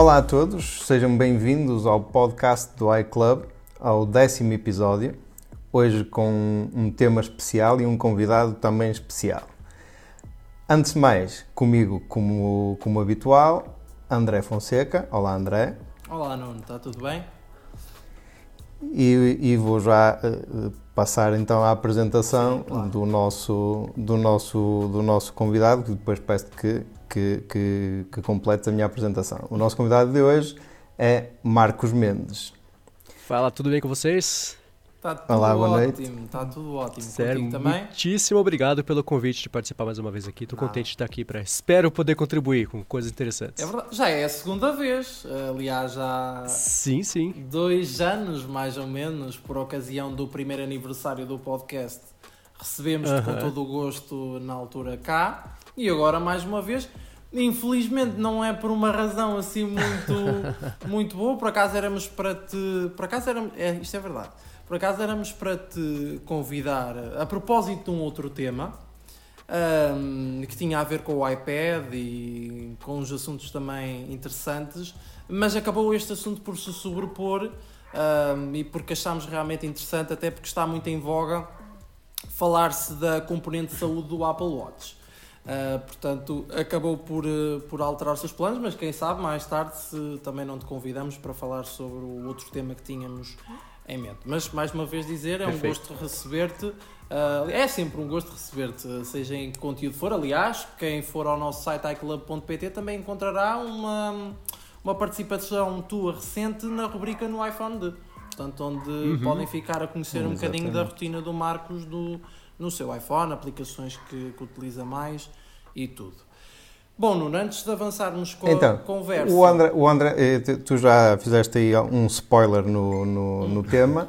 Olá a todos, sejam bem-vindos ao podcast do iClub, ao 10º episódio, hoje com um tema especial e um convidado também especial. Antes de mais, comigo, como habitual, André Fonseca. Olá, André. Olá, Nuno, está tudo bem? E vou já passar então à apresentação. Sim, claro. do nosso convidado, que depois peço que complete a minha apresentação. O nosso convidado de hoje é Marcos Mendes. Fala, tudo bem com vocês? Está tudo Olá, boa ótimo, noite. está tudo ótimo. Sério, contigo também? Muitíssimo obrigado pelo convite de participar mais uma vez aqui. Estou contente de estar aqui espero poder contribuir com coisas interessantes. É verdade, já é a segunda vez, aliás, já Sim. 2 anos mais ou menos, por ocasião do primeiro aniversário do podcast. Recebemos-te com todo o gosto na altura cá e agora mais uma vez. Infelizmente não é por uma razão assim muito boa, por acaso éramos para te... isto é verdade. Por acaso éramos para te convidar a propósito de um outro tema que tinha a ver com o iPad e com uns assuntos também interessantes, mas acabou este assunto por se sobrepor e porque achámos realmente interessante, até porque está muito em voga falar-se da componente de saúde do Apple Watch. Portanto, acabou por alterar os seus planos, mas quem sabe mais tarde se também não te convidamos para falar sobre o outro tema que tínhamos em mente. Mas mais uma vez dizer, é Perfeito. um gosto receber-te, é sempre um gosto receber-te, seja em que conteúdo for. Aliás, quem for ao nosso site iClub.pt também encontrará uma participação tua recente na rubrica no iPhone D, portanto, onde podem ficar a conhecer um bocadinho da rotina do Marcos no seu iPhone, aplicações que utiliza mais e tudo. Bom, Nuno, antes de avançarmos com a conversa... O André, tu já fizeste aí um spoiler no tema,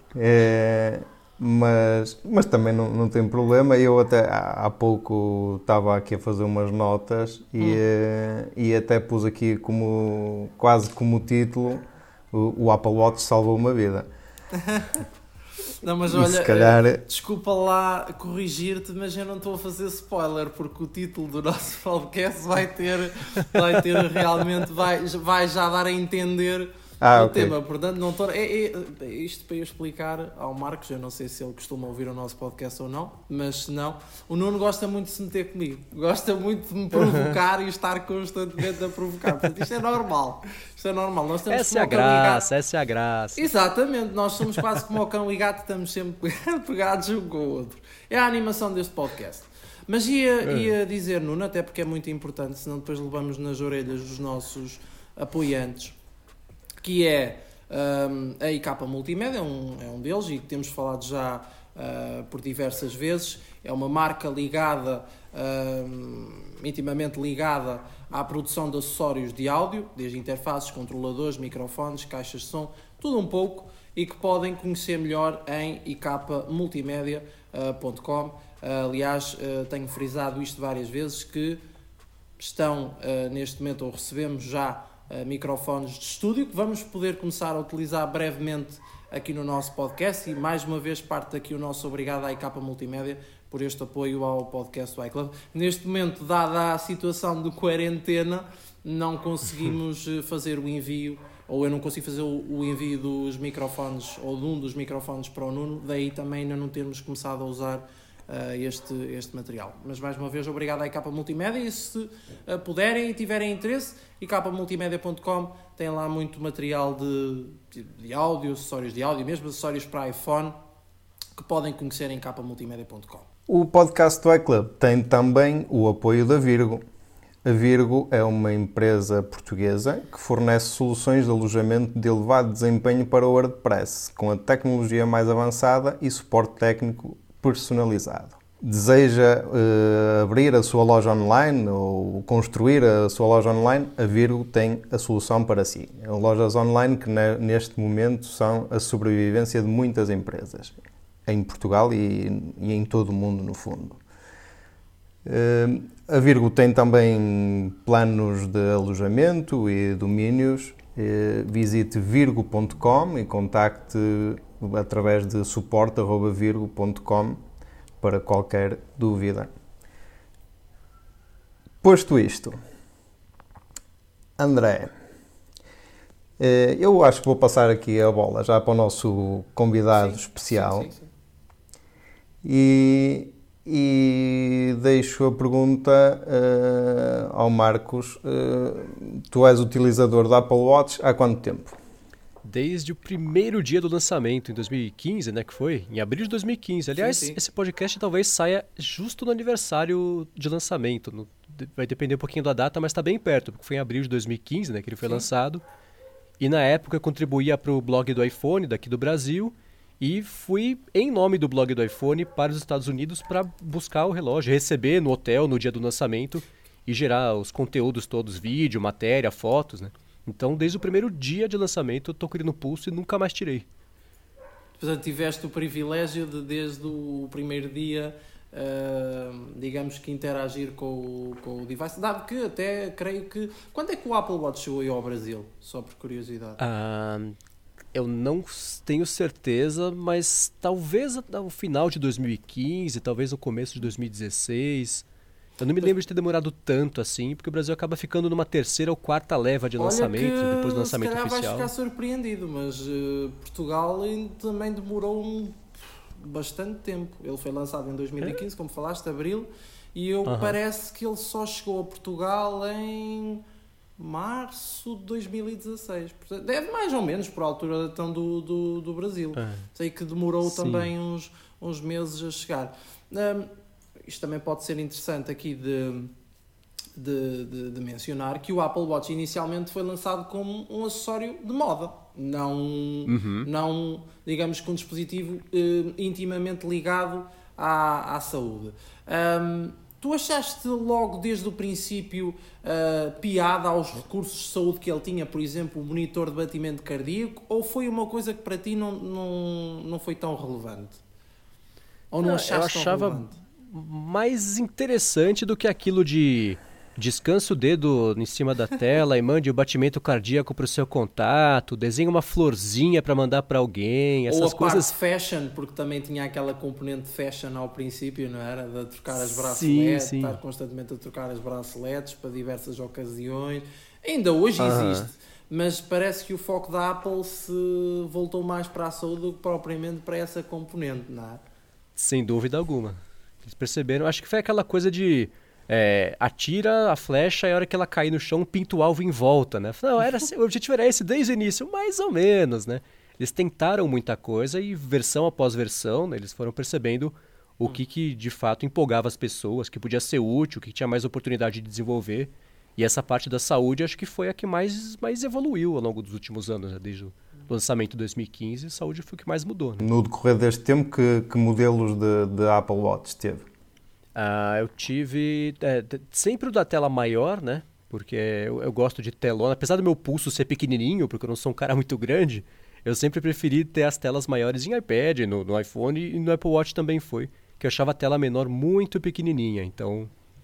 mas também não tem problema. Eu até há pouco estava aqui a fazer umas notas e até pus aqui quase como título o Apple Watch salvou uma vida. Não, mas e olha, se calhar... desculpa lá corrigir-te, mas eu não estou a fazer spoiler, porque o título do nosso podcast vai ter realmente, vai já dar a entender o tema, portanto não estou... Isto para eu explicar ao Marcos, eu não sei se ele costuma ouvir o nosso podcast ou não, mas se não, o Nuno gosta muito de se meter comigo, gosta muito de me provocar e estar constantemente a provocar, portanto isto é normal. Nós temos essa é a graça. Exatamente, nós somos quase como o cão e gato, estamos sempre pegados um com o outro. É a animação deste podcast. Mas ia dizer, Nuno, até porque é muito importante, senão depois levamos nas orelhas dos nossos apoiantes, que é a IK Multimédia, é um deles e que temos falado já por diversas vezes. É uma marca ligada, intimamente ligada à produção de acessórios de áudio, desde interfaces, controladores, microfones, caixas de som, tudo um pouco, e que podem conhecer melhor em ikmultimedia.com. Aliás, tenho frisado isto várias vezes, que estão neste momento, ou recebemos já microfones de estúdio, que vamos poder começar a utilizar brevemente aqui no nosso podcast, e mais uma vez parte aqui o nosso obrigado à IK Multimédia por este apoio ao podcast do iClub. Neste momento, dada a situação de quarentena, não conseguimos fazer o envio, ou eu não consigo fazer o envio dos microfones, ou de um dos microfones para o Nuno, daí também ainda não termos começado a usar este material. Mas mais uma vez, obrigado à IK Multimédia, e se puderem e tiverem interesse, ikmultimedia.com tem lá muito material de áudio, acessórios de áudio, mesmo acessórios para iPhone, que podem conhecer em ikmultimedia.com. O podcast do iClub tem também o apoio da Virgo. A Virgo é uma empresa portuguesa que fornece soluções de alojamento de elevado desempenho para o WordPress, com a tecnologia mais avançada e suporte técnico personalizado. Deseja abrir a sua loja online ou construir a sua loja online? A Virgo tem a solução para si. Lojas online que neste momento são a sobrevivência de muitas empresas, em Portugal e em todo o mundo, no fundo. A Virgo tem também planos de alojamento e domínios. Visite virgo.com e contacte através de suporte@virgo.com para qualquer dúvida. Posto isto, André, Eu acho que vou passar aqui a bola já para o nosso convidado especial. Sim. E deixo a pergunta ao Marcos. Tu és utilizador da Apple Watch há quanto tempo? Desde o primeiro dia do lançamento, em 2015, né, que foi? Em abril de 2015. Aliás, Sim. esse podcast talvez saia justo no aniversário de lançamento. Vai depender um pouquinho da data, mas está bem perto, porque foi em abril de 2015, né, que ele foi lançado. E na época eu contribuía para o blog do iPhone, daqui do Brasil, e fui em nome do blog do iPhone para os Estados Unidos para buscar o relógio, receber no hotel no dia do lançamento e gerar os conteúdos todos, vídeo, matéria, fotos, né? Então, desde o primeiro dia de lançamento, eu tô querendo o pulso e nunca mais tirei. Portanto, tiveste o privilégio de, desde o primeiro dia, digamos que interagir com o device. Dado que até creio que... Quando é que o Apple Watch chegou aí ao Brasil? Só por curiosidade. Eu não tenho certeza, mas talvez ao final de 2015, talvez no começo de 2016... Eu não me lembro de ter demorado tanto assim, porque o Brasil acaba ficando numa terceira ou quarta leva de lançamento, depois do lançamento oficial. Se calhar vais ficar surpreendido, mas Portugal também demorou bastante tempo. Ele foi lançado em 2015, como falaste, abril, e parece que ele só chegou a Portugal em março de 2016. Portanto, deve mais ou menos por altura então, do Brasil. Sei que demorou também uns meses a chegar. Isto também pode ser interessante aqui de mencionar que o Apple Watch inicialmente foi lançado como um acessório de moda, não digamos que um dispositivo intimamente ligado à saúde. Tu achaste logo desde o princípio piada aos recursos de saúde que ele tinha, por exemplo, o monitor de batimento cardíaco, ou foi uma coisa que para ti não foi tão relevante? Ou não achaste tão relevante? Mais interessante do que aquilo de descansa o dedo em cima da tela e mande o batimento cardíaco para o seu contato, desenha uma florzinha para mandar para alguém, essas coisas. Ou a parte fashion, porque também tinha aquela componente fashion ao princípio, não era? De trocar as braceletes, estar constantemente a trocar as braceletes para diversas ocasiões. Ainda hoje existe, mas parece que o foco da Apple se voltou mais para a saúde do que propriamente para essa componente, não é? Sem dúvida alguma. Eles perceberam, acho que foi aquela coisa de atira a flecha e a hora que ela cair no chão, pinta o alvo em volta, né? Não, o objetivo era esse desde o início, mais ou menos, né? Eles tentaram muita coisa e versão após versão, né, eles foram percebendo o que de fato empolgava as pessoas, que podia ser útil, que tinha mais oportunidade de desenvolver. E essa parte da saúde acho que foi a que mais evoluiu ao longo dos últimos anos, né? Desde o lançamento de 2015, a saúde foi o que mais mudou. Né? No decorrer deste tempo, que modelos de Apple Watch teve? Eu tive sempre o da tela maior, né? Porque eu gosto de telona. Apesar do meu pulso ser pequenininho, porque eu não sou um cara muito grande, eu sempre preferi ter as telas maiores em iPad, no iPhone e no Apple Watch também foi. Que eu achava a tela menor muito pequenininha. Então,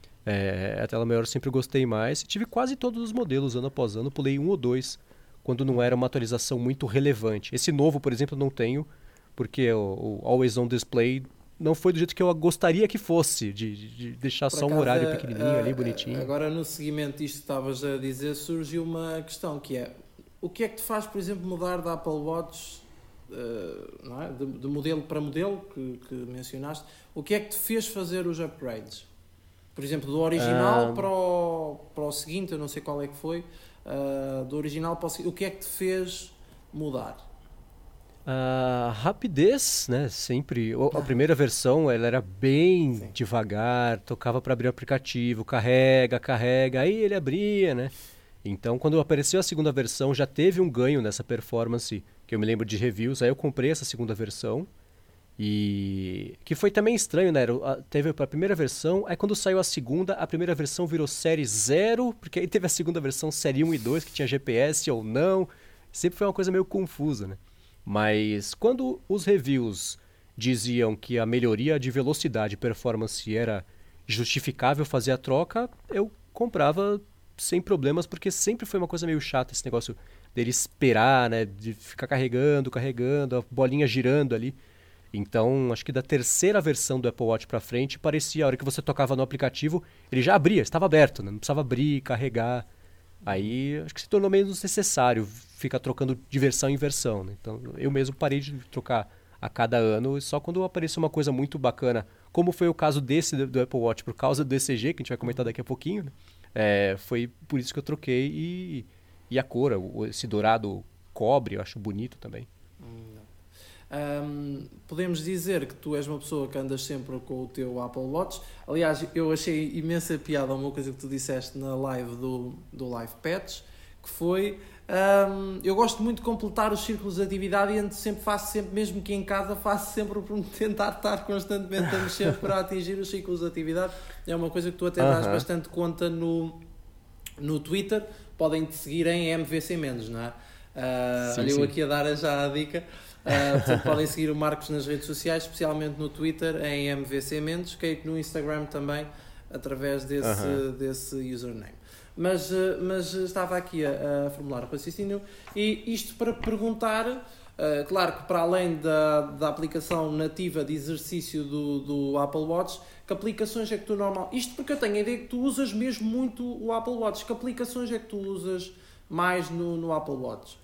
a tela maior eu sempre gostei mais. Tive quase todos os modelos, ano após ano. Pulei um ou dois, quando não era uma atualização muito relevante. Esse novo, por exemplo, eu não tenho, porque o Always On Display não foi do jeito que eu gostaria que fosse, de deixar só um horário pequenininho ali, bonitinho. Agora, no seguimento disto que estavas a dizer, surgiu uma questão, que é, o que é que te faz, por exemplo, mudar da Apple Watch, não é? de modelo para modelo, que mencionaste, o que é que te fez fazer os upgrades? Por exemplo, do original para o seguinte, eu não sei qual é que foi, do original para o seguinte, o que é que te fez mudar? Rapidez, né? Sempre. A primeira versão ela era bem devagar, tocava para abrir o aplicativo, carrega, aí ele abria, né? Então, quando apareceu a segunda versão, já teve um ganho nessa performance, que eu me lembro de reviews, aí eu comprei essa segunda versão, e que foi também estranho, né? Teve a primeira versão, aí quando saiu a segunda, a primeira versão virou série 0, porque aí teve a segunda versão série 1 e 2, que tinha GPS ou não, sempre foi uma coisa meio confusa, né? Mas quando os reviews diziam que a melhoria de velocidade e performance era justificável fazer a troca, eu comprava sem problemas, porque sempre foi uma coisa meio chata esse negócio dele esperar, né, de ficar carregando, a bolinha girando ali. Então, acho que da terceira versão do Apple Watch para frente, parecia a hora que você tocava no aplicativo, ele já abria, estava aberto, né? Não precisava abrir, carregar. Aí acho que se tornou menos necessário ficar trocando de versão em versão, né? Então eu mesmo parei de trocar a cada ano, só quando apareceu uma coisa muito bacana, como foi o caso desse do Apple Watch, por causa do ECG, que a gente vai comentar daqui a pouquinho, né? Foi por isso que eu troquei e a cor, esse dourado cobre, eu acho bonito também. Podemos dizer que tu és uma pessoa que andas sempre com o teu Apple Watch. Aliás, eu achei imensa piada uma coisa que tu disseste na live do Live Patch, que foi eu gosto muito de completar os círculos de atividade e faço sempre, mesmo que em casa, faço sempre por tentar estar constantemente a mexer para atingir os círculos de atividade. É uma coisa que tu até dás bastante conta no Twitter. Podem te seguir em MVC Mendes, não é? Olha, eu aqui a dar já a dica. Portanto, podem seguir o Marcos nas redes sociais, especialmente no Twitter em MVC Mendes, que no Instagram também, através desse username. Mas estava aqui a formular o raciocínio, e isto para perguntar, claro que para além da aplicação nativa de exercício do Apple Watch, que aplicações é que tu isto porque eu tenho a ideia que tu usas mesmo muito o Apple Watch, que aplicações é que tu usas mais no Apple Watch?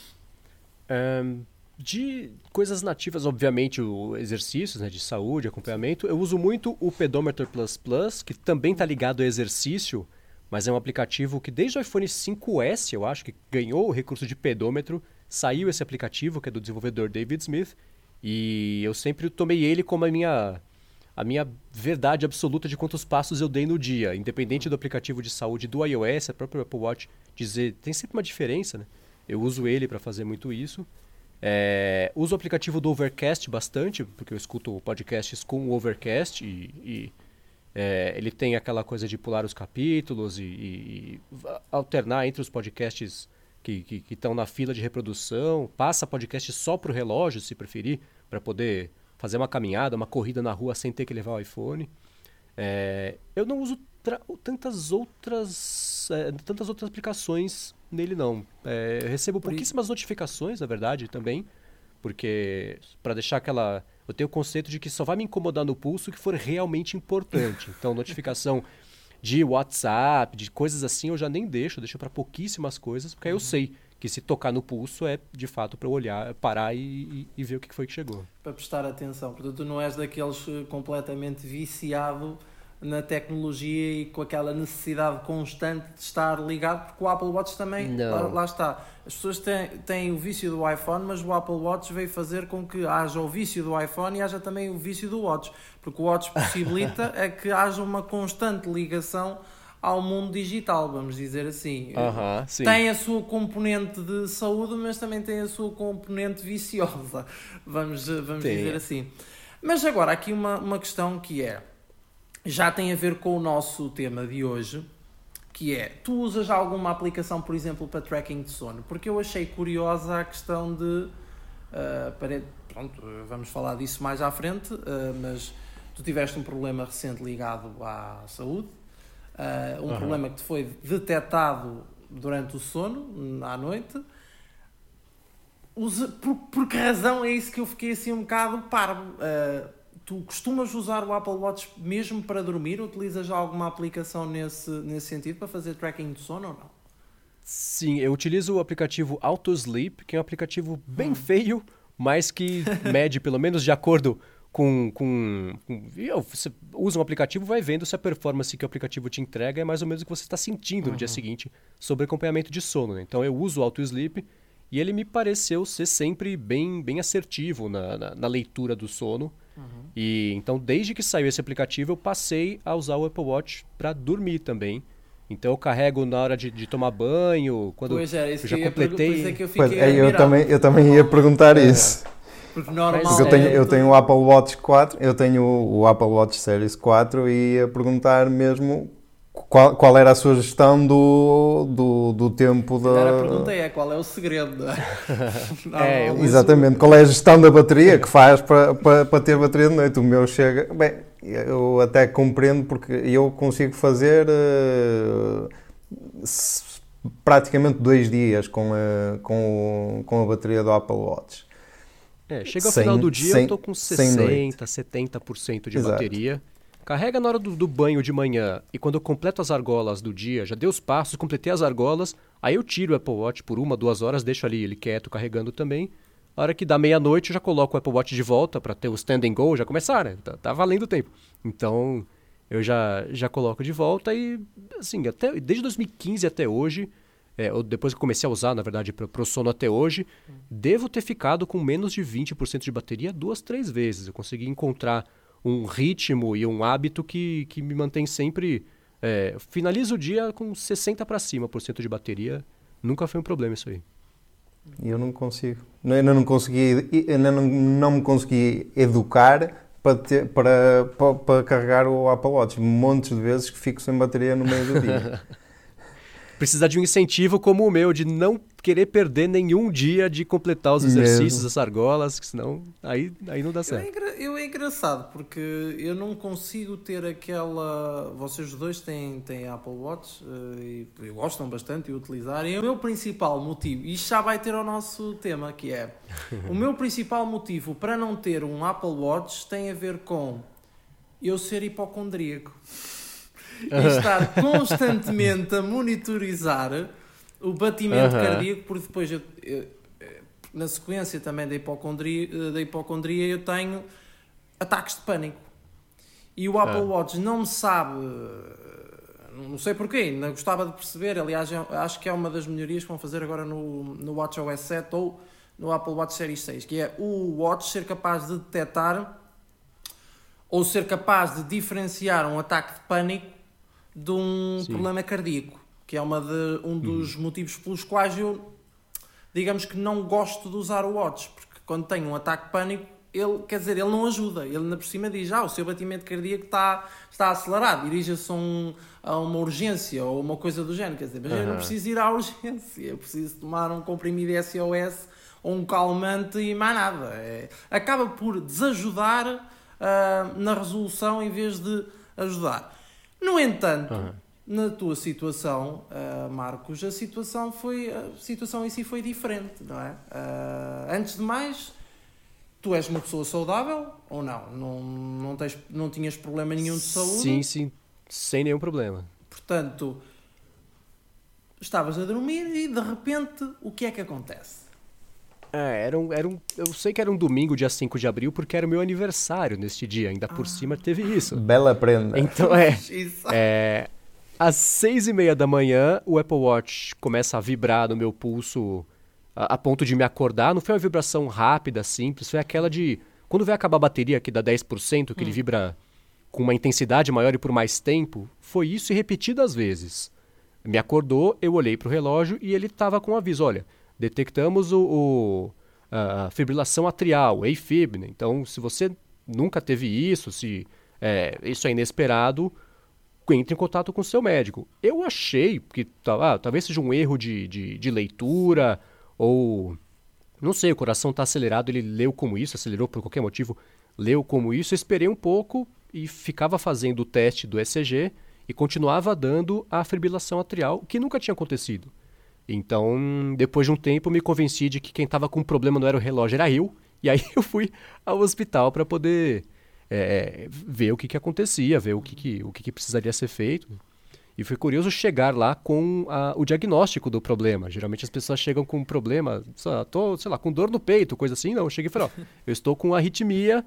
De coisas nativas, obviamente, exercícios, né, de saúde, acompanhamento, eu uso muito o Pedometer Plus Plus, que também está ligado ao exercício, mas é um aplicativo que desde o iPhone 5S, eu acho, que ganhou o recurso de pedômetro, saiu esse aplicativo, que é do desenvolvedor David Smith, e eu sempre tomei ele como a minha verdade absoluta de quantos passos eu dei no dia, independente do aplicativo de saúde do iOS, a própria Apple Watch dizer, tem sempre uma diferença, né? Eu uso ele para fazer muito isso. Uso o aplicativo do Overcast bastante, porque eu escuto podcasts com o Overcast e ele tem aquela coisa de pular os capítulos e alternar entre os podcasts que estão na fila de reprodução, passa podcast só para o relógio, se preferir, para poder fazer uma caminhada, uma corrida na rua sem ter que levar o iPhone. Eu não uso tantas outras aplicações nele, não. Eu recebo pouquíssimas notificações, na verdade, também, porque para deixar aquela... Eu tenho o conceito de que só vai me incomodar no pulso o que for realmente importante. Então, notificação de WhatsApp, de coisas assim, eu já nem deixo para pouquíssimas coisas, porque aí eu sei que se tocar no pulso é, de fato, para eu olhar, parar e ver o que foi que chegou. Para prestar atenção. Portanto, tu não és daqueles completamente viciado na tecnologia e com aquela necessidade constante de estar ligado, porque o Apple Watch também, lá está. As pessoas têm o vício do iPhone, mas o Apple Watch veio fazer com que haja o vício do iPhone e haja também o vício do Watch, porque o Watch possibilita é que haja uma constante ligação ao mundo digital, vamos dizer assim. Tem a sua componente de saúde, mas também tem a sua componente viciosa, vamos dizer assim. Mas agora, aqui uma questão que já tem a ver com o nosso tema de hoje, que tu usas alguma aplicação, por exemplo, para tracking de sono? Porque eu achei curiosa a questão de... vamos falar disso mais à frente, mas tu tiveste um problema recente ligado à saúde, problema que te foi detectado durante o sono, à noite. Por que razão é isso que eu fiquei assim um bocado parvo? Tu costumas usar o Apple Watch mesmo para dormir? Utilizas alguma aplicação nesse sentido para fazer tracking de sono ou não? Sim, eu utilizo o aplicativo Auto Sleep, que é um aplicativo bem feio, mas que mede, pelo menos de acordo com... Você usa um aplicativo, vai vendo se a performance que o aplicativo te entrega é mais ou menos o que você está sentindo no dia seguinte sobre acompanhamento de sono, né? Então eu uso o Auto Sleep e ele me pareceu ser sempre bem assertivo na leitura do sono. E então, desde que saiu esse aplicativo, eu passei a usar o Apple Watch para dormir também. Então eu carrego na hora de tomar banho, quando eu já completei. Eu também ia perguntar isso. Porque normal, porque eu tenho o Apple Watch 4, eu tenho o Apple Watch Series 4 e ia perguntar mesmo qual era a sua gestão do tempo da... A pergunta qual é o segredo? Exatamente, qual é a gestão da bateria que faz para ter bateria de noite? O meu chega... Bem, eu até compreendo porque eu consigo fazer praticamente 2 dias com a bateria do Apple Watch. Chega ao final do dia eu estou com 60%, 70% de bateria. carrega na hora do banho de manhã e quando eu completo as argolas do dia, já dei os passos, completei as argolas, aí eu tiro o Apple Watch por 1, 2 horas, deixo ali ele quieto, carregando também. A hora que dá meia-noite eu já coloco o Apple Watch de volta para ter o stand and go, já começar, né? Tá valendo o tempo. Então eu já coloco de volta e, assim, desde 2015 até hoje, depois que comecei a usar, na verdade, para o sono até hoje, devo ter ficado com menos de 20% de bateria 2, 3 vezes. Eu consegui encontrar um ritmo e um hábito que me mantém sempre... finalizo o dia com 60 para cima por cento de bateria. Nunca foi um problema isso aí. Eu não consigo. Ainda não me consegui educar para carregar o Apple Watch. Montes de vezes que fico sem bateria no meio do dia. Precisa de um incentivo como o meu, de não querer perder nenhum dia de completar os exercícios, as argolas, que senão aí não dá certo. É engraçado, porque eu não consigo ter aquela... Vocês dois têm Apple Watch e gostam bastante de utilizar. E o meu principal motivo, e isto já vai ter o nosso tema, que é... o meu principal motivo para não ter um Apple Watch tem a ver com eu ser hipocondríaco. E estar constantemente a monitorizar o batimento cardíaco, porque depois, na sequência também da hipocondria, eu tenho ataques de pânico. E o Apple Watch não me sabe, não sei porquê, ainda gostava de perceber, aliás, acho que é uma das melhorias que vão fazer agora no WatchOS 7 ou no Apple Watch Series 6, que é o Watch ser capaz de detectar ou ser capaz de diferenciar um ataque de pânico de um problema cardíaco, que é um dos motivos pelos quais eu, digamos que não gosto de usar o Watch, porque quando tenho um ataque de pânico, ele não ajuda, ele ainda por cima diz, o seu batimento cardíaco está acelerado, dirija-se a uma urgência ou uma coisa do género, quer dizer, mas eu não preciso ir à urgência, eu preciso tomar um comprimido SOS ou um calmante e mais nada. Acaba por desajudar na resolução em vez de ajudar. No entanto, na tua situação, Marcos, a situação em si foi diferente, não é? Antes de mais, tu és uma pessoa saudável ou não? Não tinhas problema nenhum de saúde? Sim, sem nenhum problema. Portanto, estavas a dormir e de repente, o que é que acontece? Eu sei que era um domingo, dia 5 de abril, porque era o meu aniversário neste dia. Ainda por cima teve isso. Bela prenda. Então às 6:30 da manhã, o Apple Watch começa a vibrar no meu pulso a ponto de me acordar. Não foi uma vibração rápida, simples. Foi aquela de... Quando vai acabar a bateria, que dá 10%, que ele vibra com uma intensidade maior e por mais tempo. Foi isso e repetidas vezes. Me acordou, eu olhei para o relógio e ele estava com um aviso. Olha... Detectamos a fibrilação atrial, AFib, né? Então, se você nunca teve isso, se isso é inesperado, entre em contato com o seu médico. Eu achei que talvez seja um erro de leitura, ou não sei, o coração está acelerado, ele leu como isso, acelerou por qualquer motivo, leu como isso. Eu esperei um pouco e ficava fazendo o teste do ECG e continuava dando a fibrilação atrial, que nunca tinha acontecido. Então, depois de um tempo, me convenci de que quem estava com problema não era o relógio, era eu. E aí eu fui ao hospital para poder ver o que acontecia, ver o que precisaria ser feito. E foi curioso chegar lá com o diagnóstico do problema. Geralmente as pessoas chegam com um problema, com dor no peito, coisa assim. Não, eu cheguei e falei, eu estou com arritmia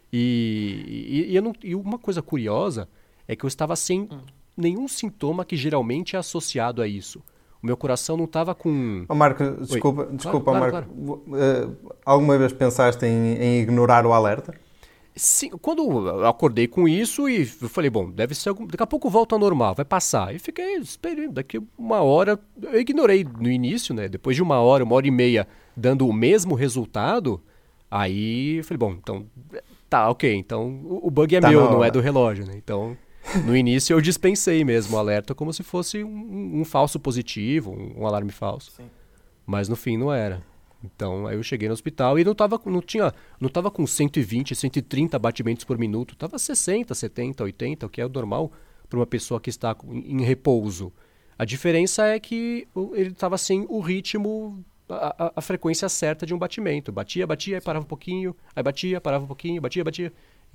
e uma coisa curiosa é que eu estava sem nenhum sintoma que geralmente é associado a isso. O meu coração não estava com... Marco, desculpa, Marco. Claro. Alguma vez pensaste em ignorar o alerta? Sim, quando eu acordei com isso e eu falei, bom, deve ser daqui a pouco volta ao normal, vai passar. E fiquei esperando, daqui uma hora, eu ignorei no início, né? Depois de uma hora e meia, dando o mesmo resultado, aí eu falei, bom, então, tá, ok, então o bug é meu, não é do relógio, né? Então... No início eu dispensei mesmo o alerta como se fosse um falso positivo, um alarme falso. Sim. Mas no fim não era. Então aí eu cheguei no hospital e não tava com 120, 130 batimentos por minuto. Tava 60, 70, 80, o que é o normal para uma pessoa que está em repouso. A diferença é que ele estava sem o ritmo, a frequência certa de um batimento. Batia, aí parava um pouquinho, aí batia, parava um pouquinho, batia.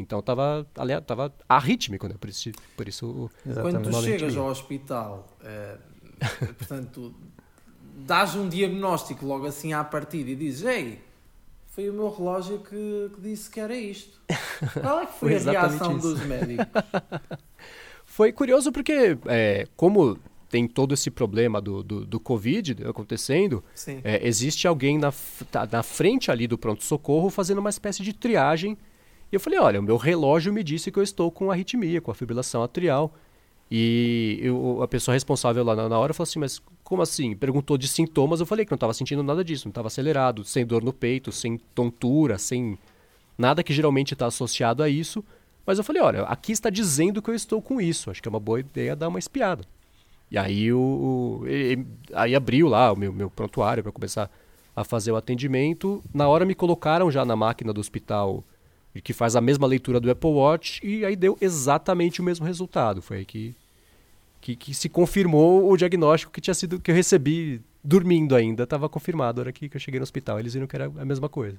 Então estava arrítmico, né? Por isso quando tu chegas ao hospital, portanto, dás um diagnóstico logo assim à partida e dizes: ei, foi o meu relógio que disse que era isto. Qual é que foi a reação dos médicos? Foi curioso porque, como tem todo esse problema do Covid acontecendo, existe alguém na frente ali do pronto-socorro fazendo uma espécie de triagem. E eu falei, olha, o meu relógio me disse que eu estou com arritmia, com a fibrilação atrial. E a pessoa responsável lá na hora falou assim, mas como assim? Perguntou de sintomas, eu falei que não estava sentindo nada disso, não estava acelerado, sem dor no peito, sem tontura, sem nada que geralmente está associado a isso. Mas eu falei, olha, aqui está dizendo que eu estou com isso, acho que é uma boa ideia dar uma espiada. E aí, aí abriu lá o meu prontuário para começar a fazer o atendimento. Na hora me colocaram já na máquina do hospital que faz a mesma leitura do Apple Watch e aí deu exatamente o mesmo resultado. Foi aí que se confirmou o diagnóstico que eu recebi dormindo ainda. Estava confirmado na hora que eu cheguei no hospital. Eles viram que era a mesma coisa.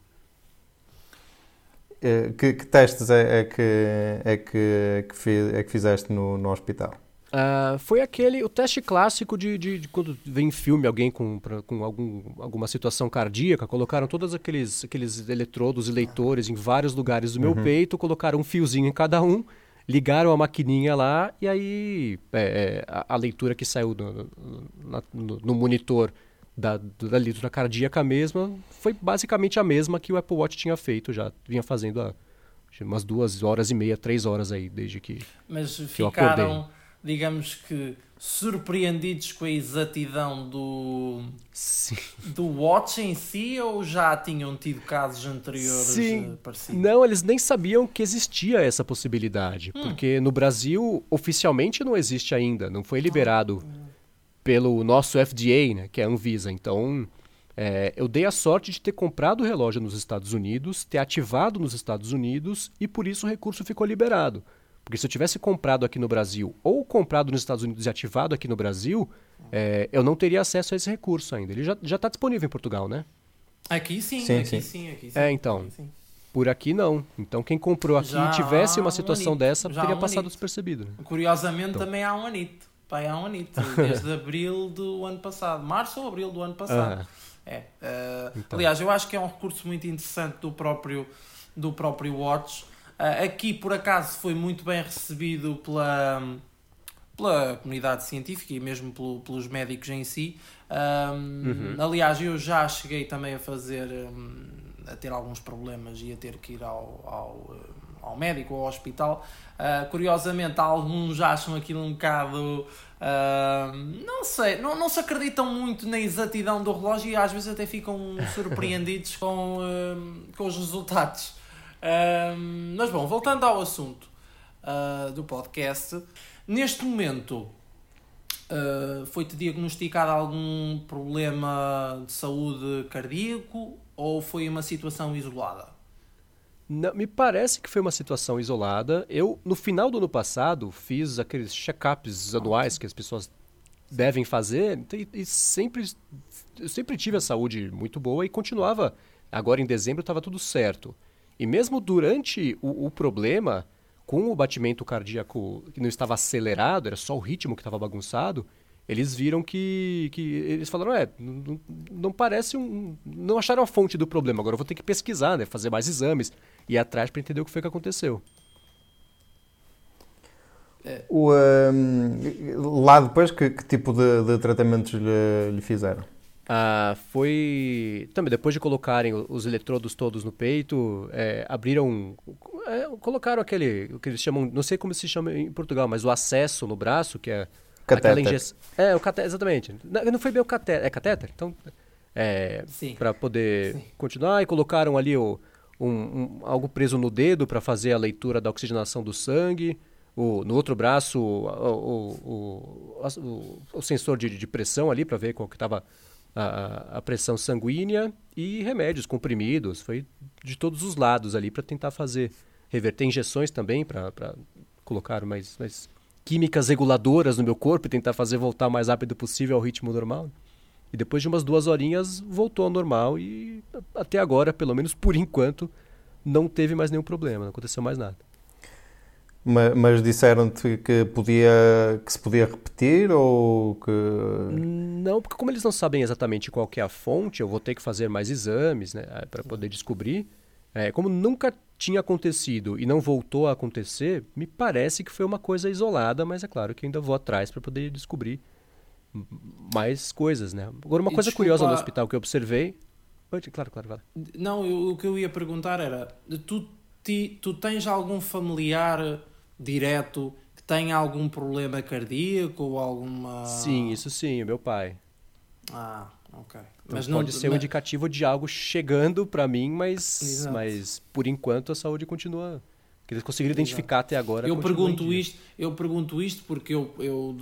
Que testes é que fizeste no hospital? Foi o teste clássico de quando vem em filme alguém com alguma situação cardíaca, colocaram todos aqueles eletrodos e leitores em vários lugares do meu peito, colocaram um fiozinho em cada um, ligaram a maquininha lá e aí a leitura que saiu no monitor da leitura cardíaca mesma foi basicamente a mesma que o Apple Watch tinha feito, já vinha fazendo há umas 2h30, 3 horas aí, desde que eu acordei. Digamos que surpreendidos com a exatidão do Watch em si, ou já tinham tido casos anteriores parecidos? Não, eles nem sabiam que existia essa possibilidade, porque no Brasil oficialmente não existe ainda, não foi liberado pelo nosso FDA, né, que é a Anvisa. Então, eu dei a sorte de ter comprado o relógio nos Estados Unidos, ter ativado nos Estados Unidos e por isso o recurso ficou liberado. Porque se eu tivesse comprado aqui no Brasil ou comprado nos Estados Unidos e ativado aqui no Brasil, eu não teria acesso a esse recurso ainda. Ele já está disponível em Portugal, né? Aqui sim. Então, aqui sim. Por aqui não. Então quem comprou aqui e tivesse uma situação dessa, teria passado despercebido. Né? Curiosamente também há um anito. Há um anito, desde abril do ano passado. Março ou abril do ano passado. Então. Aliás, eu acho que é um recurso muito interessante do próprio Watch. Aqui, por acaso, foi muito bem recebido pela comunidade científica e mesmo pelos médicos em si. Aliás, eu já cheguei também a ter alguns problemas e a ter que ir ao médico ou ao hospital. Curiosamente, alguns acham aquilo um bocado... não sei, não se acreditam muito na exatidão do relógio e às vezes até ficam surpreendidos com os resultados. Mas bom, voltando ao assunto do podcast, neste momento foi-te diagnosticado algum problema de saúde cardíaco ou foi uma situação isolada? Não, me parece que foi uma situação isolada. Eu, no final do ano passado, fiz aqueles check-ups anuais que as pessoas devem fazer e eu sempre tive a saúde muito boa e continuava. Agora em dezembro estava tudo certo. E mesmo durante o problema, com o batimento cardíaco que não estava acelerado, era só o ritmo que estava bagunçado, eles viram que eles falaram, não parece não acharam a fonte do problema, agora eu vou ter que pesquisar, né, fazer mais exames, ir atrás para entender o que foi que aconteceu. Lá depois, que tipo de tratamentos lhe fizeram? Foi... Também, depois de colocarem os eletrodos todos no peito, abriram... colocaram o que eles chamam... Não sei como se chama em Portugal, mas o acesso no braço, que é... Catéter. Aquela injeção... o catéter, exatamente. Não foi bem o catéter. É catéter? Então, para poder continuar. E colocaram ali algo preso no dedo para fazer a leitura da oxigenação do sangue. No outro braço, o sensor de pressão ali para ver qual que estava... A pressão sanguínea e remédios, comprimidos, foi de todos os lados ali para tentar reverter injeções também para colocar mais químicas reguladoras no meu corpo e tentar fazer voltar o mais rápido possível ao ritmo normal. E depois de umas 2 horinhas voltou ao normal e até agora, pelo menos por enquanto, não teve mais nenhum problema, não aconteceu mais nada. Mas disseram-te que se podia repetir ou que... Não, porque como eles não sabem exatamente qual que é a fonte, eu vou ter que fazer mais exames, né, para poder descobrir. Como nunca tinha acontecido e não voltou a acontecer, me parece que foi uma coisa isolada, mas é claro que ainda vou atrás para poder descobrir mais coisas, né? Agora, uma coisa curiosa no hospital que eu observei... Claro. Não, o que eu ia perguntar era, tu tens algum familiar direto que tenha algum problema cardíaco ou alguma... Sim, isso sim, meu pai. Ok. Então, mas pode ser um indicativo de algo chegando para mim, mas por enquanto a saúde continua... Que eles conseguiram identificar até agora. Eu pergunto isto porque eu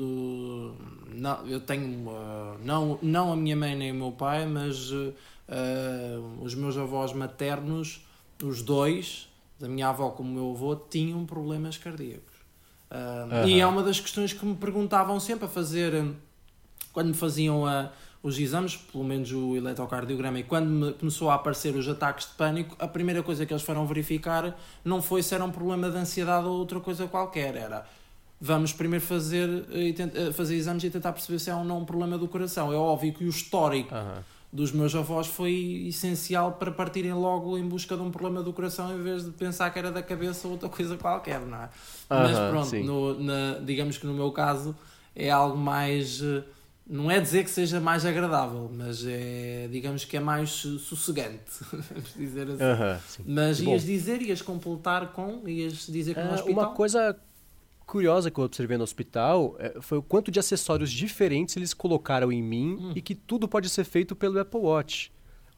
tenho, não a minha mãe nem o meu pai, mas os meus avós maternos, os dois, da minha avó como o meu avô, tinham problemas cardíacos. E é uma das questões que me perguntavam sempre a fazer, quando me faziam os exames, pelo menos o eletrocardiograma, e quando me começou a aparecer os ataques de pânico, a primeira coisa que eles foram verificar não foi se era um problema de ansiedade ou outra coisa qualquer, era vamos primeiro fazer exames e tentar perceber se é ou não um problema do coração. É óbvio que o histórico dos meus avós foi essencial para partirem logo em busca de um problema do coração em vez de pensar que era da cabeça ou outra coisa qualquer, não é? Mas pronto, digamos que no meu caso é algo mais... Não é dizer que seja mais agradável, mas digamos que é mais sossegante, vamos dizer assim. Mas ias completar com... Ias dizer que no hospital... Uma coisa curiosa que eu observei no hospital foi o quanto de acessórios diferentes eles colocaram em mim e que tudo pode ser feito pelo Apple Watch.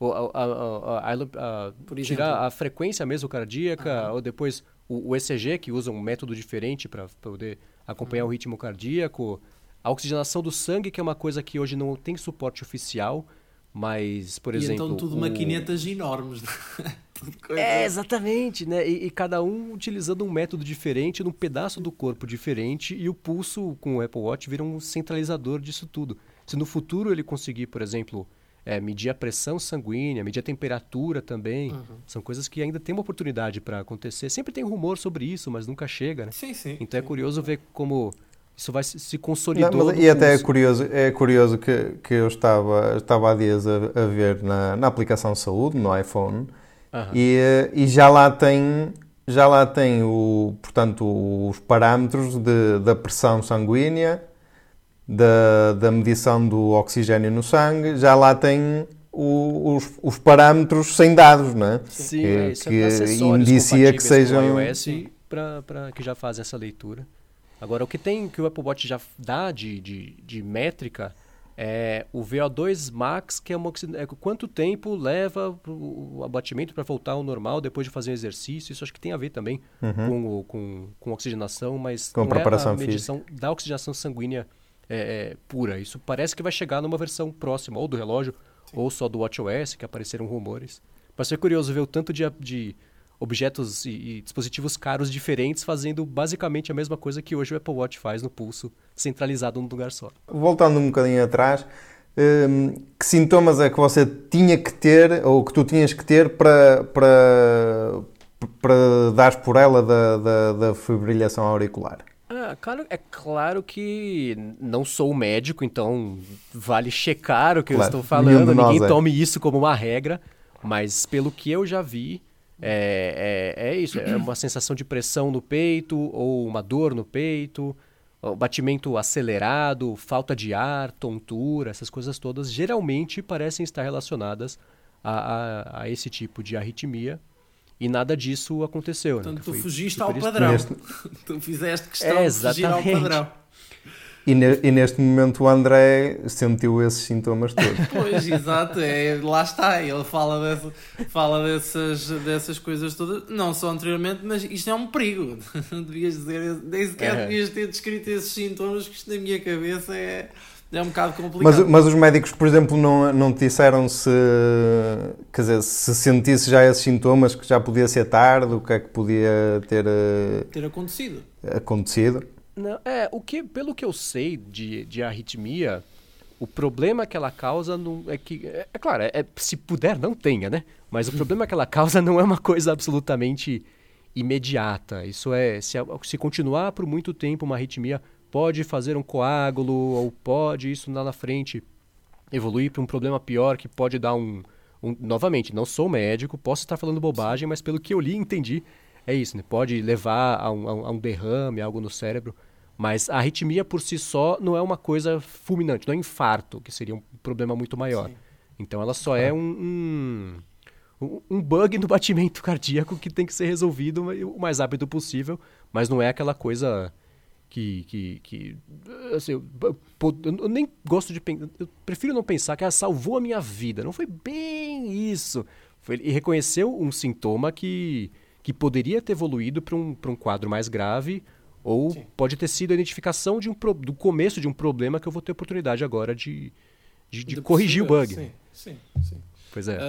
Tirar a frequência mesmo cardíaca, ou depois o ECG, que usa um método diferente para poder acompanhar o ritmo cardíaco. A oxigenação do sangue, que é uma coisa que hoje não tem suporte oficial, mas, por exemplo... então tudo maquinetas enormes. Exatamente, né? E cada um utilizando um método diferente, num pedaço do corpo diferente, e o pulso com o Apple Watch vira um centralizador disso tudo. Se no futuro ele conseguir, por exemplo, medir a pressão sanguínea, medir a temperatura também, são coisas que ainda tem uma oportunidade para acontecer. Sempre tem rumor sobre isso, mas nunca chega, né? Sim. Então é curioso ver como... Isso vai se consolidando. E até é curioso que eu estava há dias a ver na aplicação Saúde, no iPhone, e já lá tem portanto, os parâmetros da pressão sanguínea, da medição do oxigênio no sangue, já lá tem os parâmetros sem dados, não é? Sim, isso que acessórios indicia que sejam... com iOS que já fazem essa leitura. Agora, o que o Apple Watch já dá de métrica é o VO2 Max, que é quanto tempo leva o abatimento para voltar ao normal depois de fazer um exercício. Isso acho que tem a ver também com oxigenação, mas com não preparação é a medição da oxigenação sanguínea pura. Isso parece que vai chegar numa versão próxima, ou do relógio, ou só do WatchOS, que apareceram rumores. Mas foi curioso ver o tanto de objetos e dispositivos caros diferentes fazendo basicamente a mesma coisa que hoje o Apple Watch faz no pulso, centralizado num lugar só. Voltando um bocadinho atrás, que sintomas é que você tinha que ter, ou que tu tinhas que ter para dar por ela da fibrilhação auricular? É claro que não sou médico, então vale checar o que eu estou falando. Ninguém tome isso como uma regra, mas pelo que eu já vi, é isso, é uma sensação de pressão no peito ou uma dor no peito, batimento acelerado, falta de ar, tontura, essas coisas todas geralmente parecem estar relacionadas a esse tipo de arritmia e nada disso aconteceu. Portanto, tu fugiste ao padrão, tu fizeste questão de fugir ao padrão. E neste momento o André sentiu esses sintomas todos. Pois, exato, lá está, ele fala dessas coisas todas, não só anteriormente, mas isto é um perigo, não devias dizer, nem sequer devias ter descrito esses sintomas, que isto na minha cabeça é um bocado complicado. Mas os médicos, por exemplo, não te disseram se sentisse já esses sintomas, que já podia ser tarde, o que é que podia ter acontecido? Não, pelo que eu sei de arritmia, o problema que ela causa não é que... É claro, se puder, não tenha, né? Mas o problema que ela causa não é uma coisa absolutamente imediata. Isso é, se continuar por muito tempo uma arritmia, pode fazer um coágulo, ou pode isso lá na frente evoluir para um problema pior que pode dar novamente, não sou médico, posso estar falando bobagem, mas pelo que eu li e entendi, é isso, né? Pode levar a um derrame, algo no cérebro, mas a arritmia por si só não é uma coisa fulminante, não é infarto, que seria um problema muito maior. Sim. Então ela só é um bug no batimento cardíaco que tem que ser resolvido o mais rápido possível, mas não é aquela coisa que assim, eu nem gosto de pensar, eu prefiro não pensar que ela salvou a minha vida. Não foi bem isso. Ele reconheceu um sintoma que poderia ter evoluído para um quadro mais grave, ou Sim. pode ter sido a identificação do começo de um problema que eu vou ter oportunidade agora de corrigir o bug. Sim. Pois é.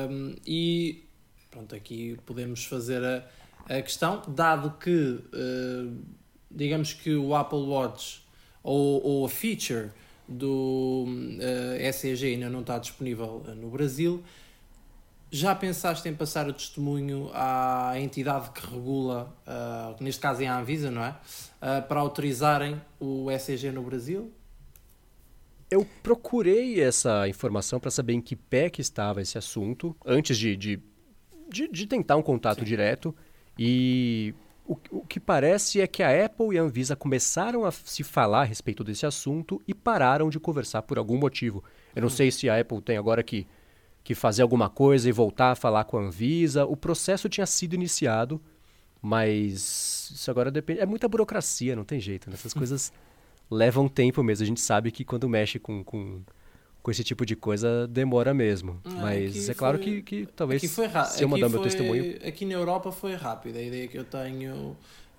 E pronto, aqui podemos fazer a questão, dado que digamos que o Apple Watch ou a feature do ECG ainda não está disponível no Brasil, já pensaste em passar o testemunho à entidade que regula, neste caso é a Anvisa, não é? Para autorizarem o ECG no Brasil? Eu procurei essa informação para saber em que pé que estava esse assunto, antes de tentar um contato Sim. direto, e o que parece é que a Apple e a Anvisa começaram a se falar a respeito desse assunto e pararam de conversar por algum motivo. Eu não sei se a Apple tem agora que fazer alguma coisa e voltar a falar com a Anvisa. O processo tinha sido iniciado, mas isso agora depende. É muita burocracia, não tem jeito, né? Essas coisas levam tempo mesmo. A gente sabe que quando mexe com esse tipo de coisa demora mesmo. Mas é claro que talvez se eu mandar meu testemunho... Aqui na Europa foi rápido. A ideia que eu tenho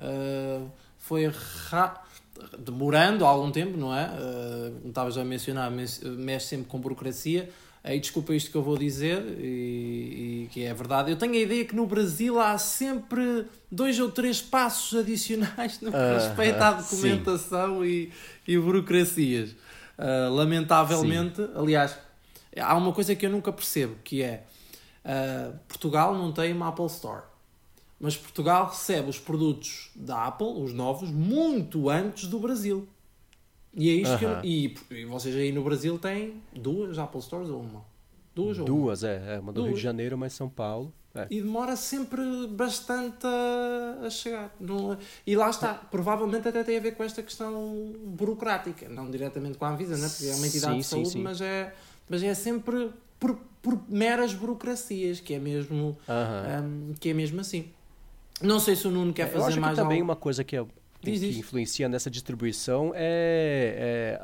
foi demorando algum tempo, não é? Como estavas a mencionar, mexe sempre com burocracia. Aí desculpa isto que eu vou dizer e que é verdade. Eu tenho a ideia que no Brasil há sempre 2 ou 3 passos adicionais no que respeita à documentação e burocracias. Lamentavelmente, Sim. aliás, há uma coisa que eu nunca percebo, que é Portugal não tem uma Apple Store, mas Portugal recebe os produtos da Apple, os novos, muito antes do Brasil. E é isto que e vocês aí no Brasil têm 2 Apple Stores ou uma? 2 ou Duas, uma do Rio de Janeiro, uma em São Paulo. E demora sempre bastante a chegar. E lá está, provavelmente até tem a ver com esta questão burocrática, não diretamente com a Anvisa, né? Porque é uma entidade de saúde, sim. Mas é sempre por meras burocracias, que é mesmo, assim. Não sei se o Nuno quer fazer mais algo. Também uma coisa que influencia nessa distribuição é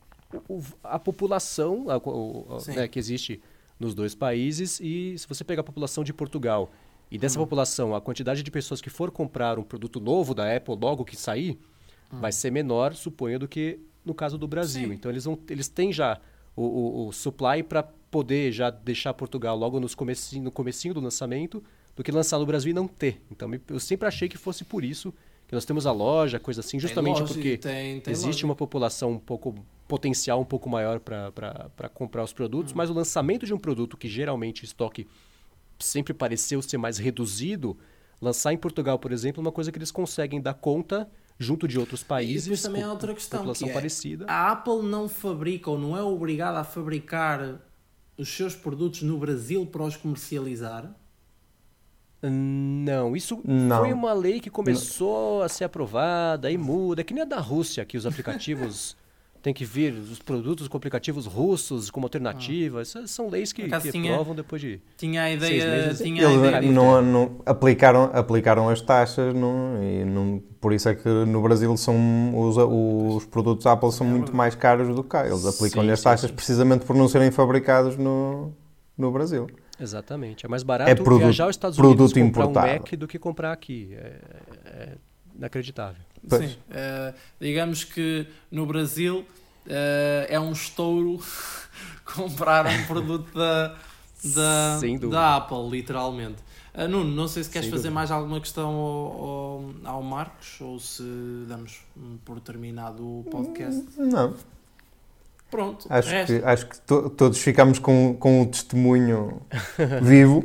a população né, que existe nos 2 países. E se você pegar a população de Portugal e dessa população, a quantidade de pessoas que for comprar um produto novo da Apple logo que sair, vai ser menor, suponho, do que no caso do Brasil. Sim. Então eles têm já o supply para poder já deixar Portugal logo no comecinho do lançamento, do que lançar no Brasil e não ter. Então eu sempre achei que fosse por isso que nós temos a loja, coisa assim, justamente porque existe uma população potencial um pouco maior para comprar os produtos, mas o lançamento de um produto que geralmente o estoque sempre pareceu ser mais reduzido, lançar em Portugal, por exemplo, é uma coisa que eles conseguem dar conta junto de outros países, também é outra questão, população parecida. A Apple não fabrica ou não é obrigada a fabricar os seus produtos no Brasil para os comercializar? Não, isso foi uma lei que começou a ser aprovada e muda. É que nem a da Rússia, que os aplicativos têm que vir, os produtos com aplicativos russos como alternativa. Essas são leis que aprovam depois de tinha a ideia, 6 meses. Eles não aplicaram as taxas, por isso é que no Brasil os produtos Apple são muito mais caros do que cá. Eles aplicam-lhe as taxas precisamente por não serem fabricados no Brasil. Exatamente. É mais barato viajar aos Estados Unidos e comprar um Mac do que comprar aqui. É inacreditável. Sim. Digamos que no Brasil é um estouro comprar um produto da Apple, literalmente. Nuno, não sei se queres fazer mais alguma questão ao Marcos ou se damos por terminado o podcast. Não. Pronto, acho que todos ficamos com o testemunho vivo,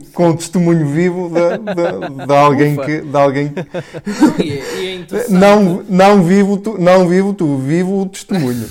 de alguém E é interessante. Não vivo tu, vivo o testemunho.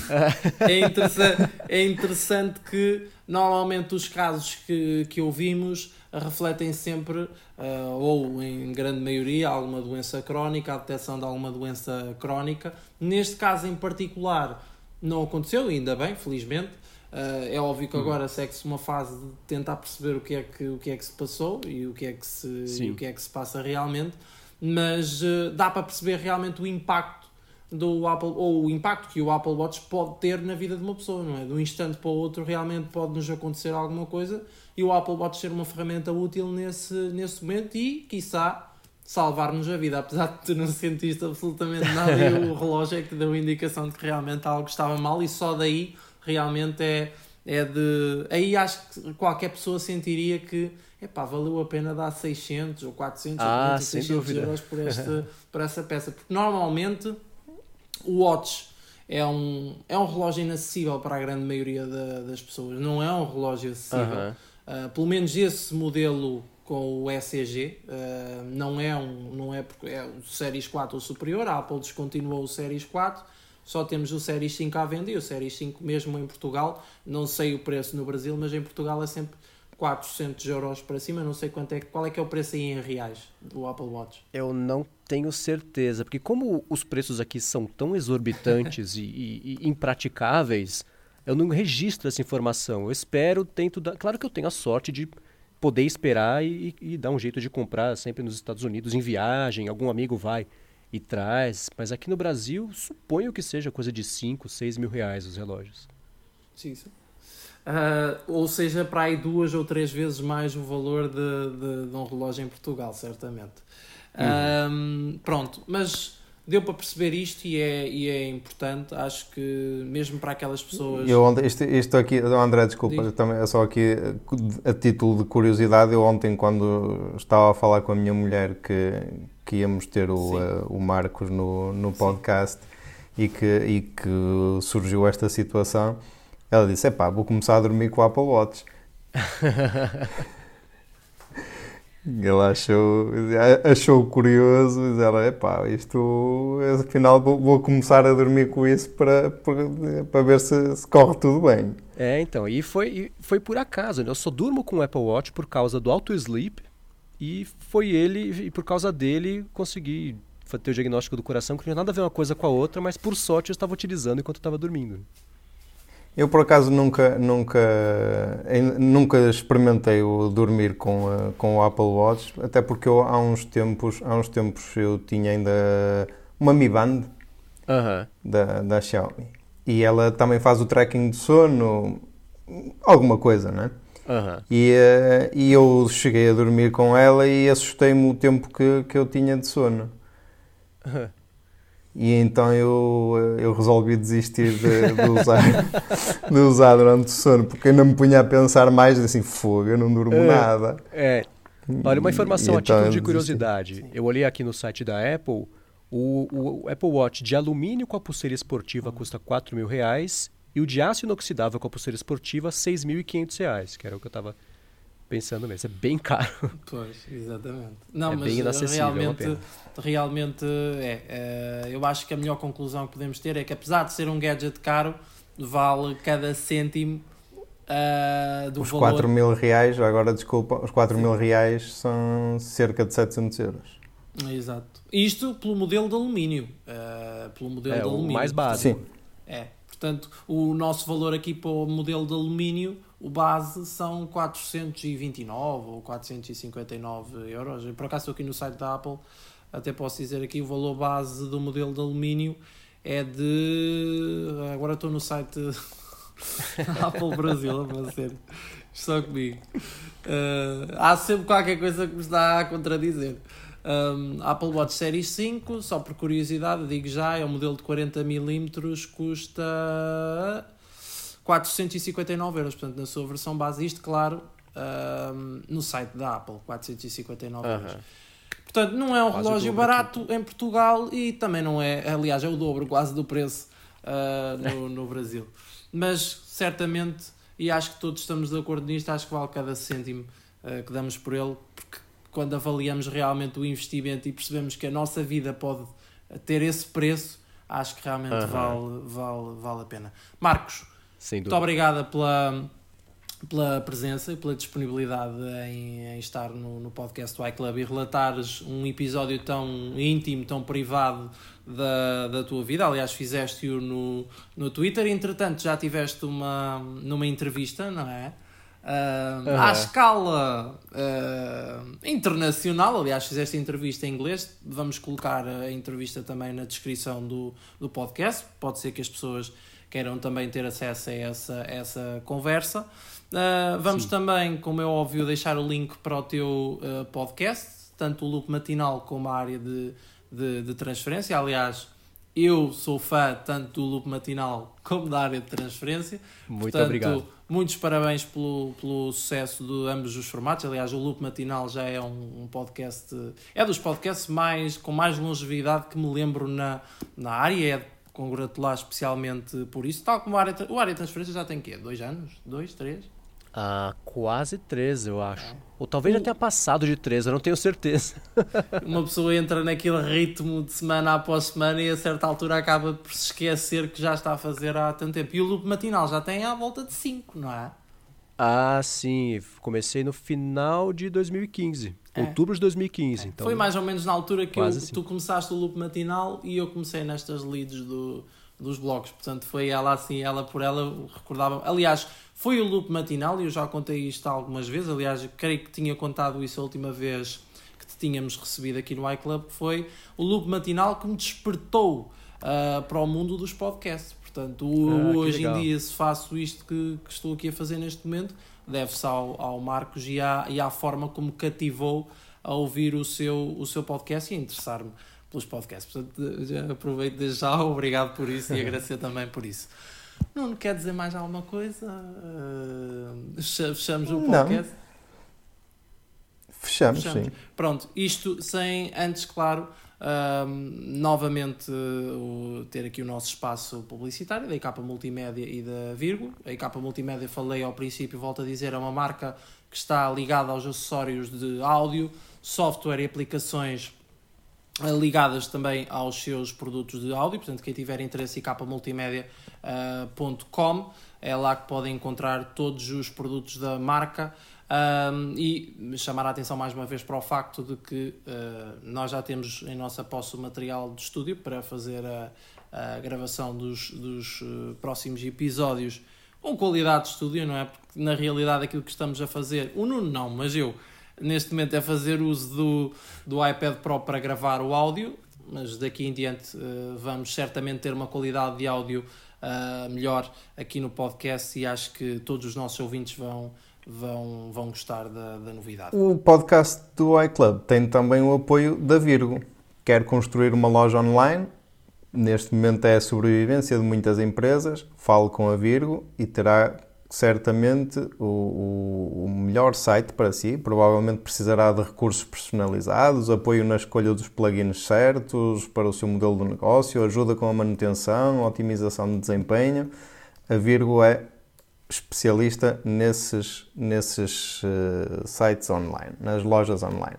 É interessante que normalmente os casos que ouvimos refletem sempre, ou em grande maioria, alguma doença crónica, a detecção de alguma doença crónica. Neste caso em particular não aconteceu, ainda bem, felizmente. É óbvio que agora segue-se uma fase de tentar perceber o que é que se passou e o que é que se passa realmente, mas dá para perceber realmente o impacto do Apple, ou o impacto que o Apple Watch pode ter na vida de uma pessoa, não é? De um instante para o outro realmente pode-nos acontecer alguma coisa e o Apple Watch ser uma ferramenta útil nesse momento e, quiçá, salvar-nos a vida, apesar de tu não sentiste absolutamente nada e o relógio é que deu a indicação de que realmente algo estava mal e só daí realmente é de... Aí acho que qualquer pessoa sentiria que valeu a pena dar 600 ou 400 ou 600 euros por essa peça, porque normalmente o Watch é um relógio inacessível para a grande maioria das pessoas, não é um relógio acessível. Pelo menos esse modelo com o ECG, não é porque é o Series 4 ou superior, a Apple descontinuou o Series 4, só temos o Series 5 à venda e o Series 5 mesmo em Portugal, não sei o preço no Brasil, mas em Portugal é sempre 400 euros para cima, não sei qual é que é o preço aí em reais do Apple Watch. Eu não tenho certeza, porque como os preços aqui são tão exorbitantes e impraticáveis, eu não registro essa informação. Eu espero, tento dar... Claro que eu tenho a sorte de poder esperar e dar um jeito de comprar sempre nos Estados Unidos, em viagem, algum amigo vai e traz. Mas aqui no Brasil, suponho que seja coisa de 5, 6 mil reais os relógios. Sim. Ou seja, para aí 2 ou 3 vezes mais o valor de um relógio em Portugal, certamente. Pronto, mas deu para perceber isto e é importante, acho que mesmo para aquelas pessoas... Isto aqui, André, desculpa, também é só aqui a título de curiosidade, eu ontem quando estava a falar com a minha mulher que íamos ter o Marcos no podcast e que surgiu esta situação, ela disse, vou começar a dormir com o Apple Watch. Ele achou curioso, ela, isto, afinal vou começar a dormir com isso para ver se corre tudo bem. Então, e foi por acaso, né? Eu só durmo com o Apple Watch por causa do Auto Sleep e por causa dele consegui ter o diagnóstico do coração, que não tinha nada a ver uma coisa com a outra, mas por sorte eu estava utilizando enquanto eu estava dormindo. Eu, por acaso, nunca experimentei o dormir com o Apple Watch, até porque há uns tempos eu tinha ainda uma Mi Band da Xiaomi. E ela também faz o tracking de sono, alguma coisa, não é? E eu cheguei a dormir com ela e assustei-me o tempo que eu tinha de sono. E então eu resolvi desistir de usar durante o sono, porque ainda me punha a pensar mais assim, fogo, eu não durmo nada. Olha, uma informação a título de curiosidade. Eu olhei aqui no site da Apple, o Apple Watch de alumínio com a pulseira esportiva custa R$4.000 e o de aço inoxidável com a pulseira esportiva R$6.500, que era o que eu estava pensando mesmo. É bem caro. Pois, exatamente. Não, mas bem inacessível, realmente eu acho que a melhor conclusão que podemos ter é que, apesar de ser um gadget caro, vale cada cêntimo do valor. Os R$4.000, agora desculpa, os R$4.000 são cerca de 700 euros. Exato. Isto pelo modelo de alumínio. O mais básico. Sim. Portanto, o nosso valor aqui para o modelo de alumínio, o base, são 429 ou 459 euros. Eu, por acaso, estou aqui no site da Apple, até posso dizer aqui, o valor base do modelo de alumínio é de... Agora estou no site Apple Brasil, a sério. Só comigo. Há sempre qualquer coisa que me está a contradizer. Apple Watch Series 5, só por curiosidade, digo já, é um modelo de 40mm, custa 459 euros, portanto na sua versão base, isto claro, no site da Apple, 459 euros. Portanto não é um relógio barato em Portugal e também não é, aliás é o dobro quase do preço no Brasil. mas certamente, e acho que todos estamos de acordo nisto, acho que vale cada cêntimo que damos por ele, porque quando avaliamos realmente o investimento e percebemos que a nossa vida pode ter esse preço, acho que realmente vale a pena. Marcos, muito obrigada pela presença e pela disponibilidade em estar no podcast do iClub e relatares um episódio tão íntimo, tão privado da tua vida. Aliás, fizeste-o no Twitter. Entretanto, já tiveste numa entrevista, não é? À escala internacional. Aliás, fizeste a entrevista em inglês. Vamos colocar a entrevista também na descrição do podcast. Pode ser que as pessoas queiram também ter acesso a essa conversa. Vamos também, como é óbvio, deixar o link para o teu podcast, tanto o Loop Matinal como a área de transferência. Aliás, eu sou fã tanto do Loop Matinal como da área de transferência. Muito obrigado. Muitos parabéns pelo sucesso de ambos os formatos. Aliás, o Loop Matinal já é um podcast, é dos podcasts com mais longevidade que me lembro na área. É de congratular especialmente por isso. Tal como o área de transferência já tem o quê? 2 anos? 2, 3? Quase 3, eu acho. Ou talvez já tenha passado de 3, eu não tenho certeza. Uma pessoa entra naquele ritmo de semana após semana e a certa altura acaba por se esquecer que já está a fazer há tanto tempo. E o Loop Matinal já tem à volta de 5, não é? Sim. Comecei no final de 2015. Outubro de 2015. Então, foi mais ou menos na altura que tu começaste o Loop Matinal e eu comecei nestas leads dos blogs. Portanto, foi ela assim, ela por ela, recordava. Aliás, foi o Loop Matinal e eu já contei isto algumas vezes. Aliás, eu creio que tinha contado isso a última vez que te tínhamos recebido aqui no iClub, que foi o Loop Matinal que me despertou para o mundo dos podcasts. Portanto, hoje em dia, se faço isto que estou aqui a fazer neste momento, deve-se ao Marcos e à forma como cativou a ouvir o seu podcast e a interessar-me pelos podcasts. Portanto, já aproveito desde já, obrigado por isso e agradecer também por isso. Não quer dizer mais alguma coisa? Fechamos o podcast? Não. Fechamos, sim. Pronto, isto sem antes, claro, novamente ter aqui o nosso espaço publicitário da IK Multimédia e da Virgo. A IK Multimédia, falei ao princípio, volto a dizer, é uma marca que está ligada aos acessórios de áudio, software e aplicações ligadas também aos seus produtos de áudio. Portanto, quem tiver interesse, ikmultimedia.com, é lá que podem encontrar todos os produtos da marca. E chamar a atenção mais uma vez para o facto de que nós já temos em nossa posse o material de estúdio para fazer a gravação dos próximos episódios com qualidade de estúdio, não é? Porque na realidade aquilo que estamos a fazer, o Nuno não, mas eu neste momento é fazer uso do iPad Pro para gravar o áudio, mas daqui em diante vamos certamente ter uma qualidade de áudio melhor aqui no podcast e acho que todos os nossos ouvintes vão gostar da novidade. O podcast do iClub tem também o apoio da Virgo. Quer construir uma loja online? Neste momento é a sobrevivência de muitas empresas. Fale com a Virgo e terá certamente o melhor site para si. Provavelmente precisará de recursos personalizados, apoio na escolha dos plugins certos para o seu modelo de negócio, ajuda com a manutenção, otimização de desempenho. A Virgo é especialista nesses sites online, nas lojas online.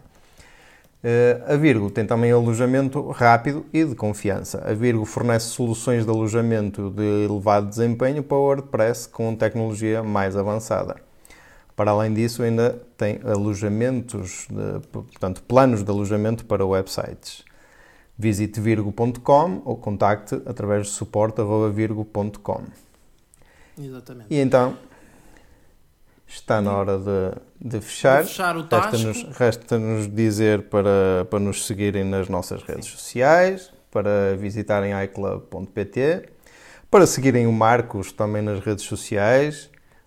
A Virgo tem também alojamento rápido e de confiança. A Virgo fornece soluções de alojamento de elevado desempenho para o WordPress com tecnologia mais avançada. Para além disso, ainda tem planos de alojamento para websites. Visite virgo.com ou contacte através de suporte@virgo.com. Exatamente. E então está na hora de fechar. O tasco. Resta-nos dizer para nos seguirem nas nossas redes sociais, para visitarem iClub.pt, para seguirem o Marcos também nas redes sociais,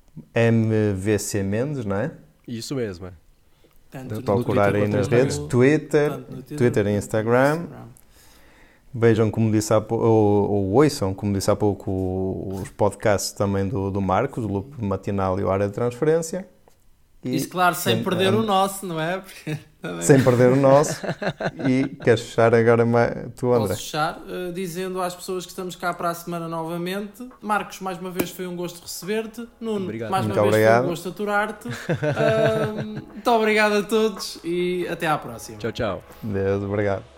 MVC Mendes, não é? Isso mesmo. Procurarem nas redes, Twitter e Instagram. Vejam, como disse há pouco, ou ouçam, como disse há pouco, os podcasts também do Marcos, o Loop Matinal e o Área de Transferência. Isso, claro, sem perder o nosso, não é? Porque, sem perder o nosso. E queres fechar agora tu, André? Posso fechar dizendo às pessoas que estamos cá para a semana novamente. Marcos, mais uma vez foi um gosto receber-te. Nuno, obrigado. mais uma vez foi um gosto aturar-te. Muito obrigado a todos e até à próxima. Tchau, tchau. Deus, obrigado.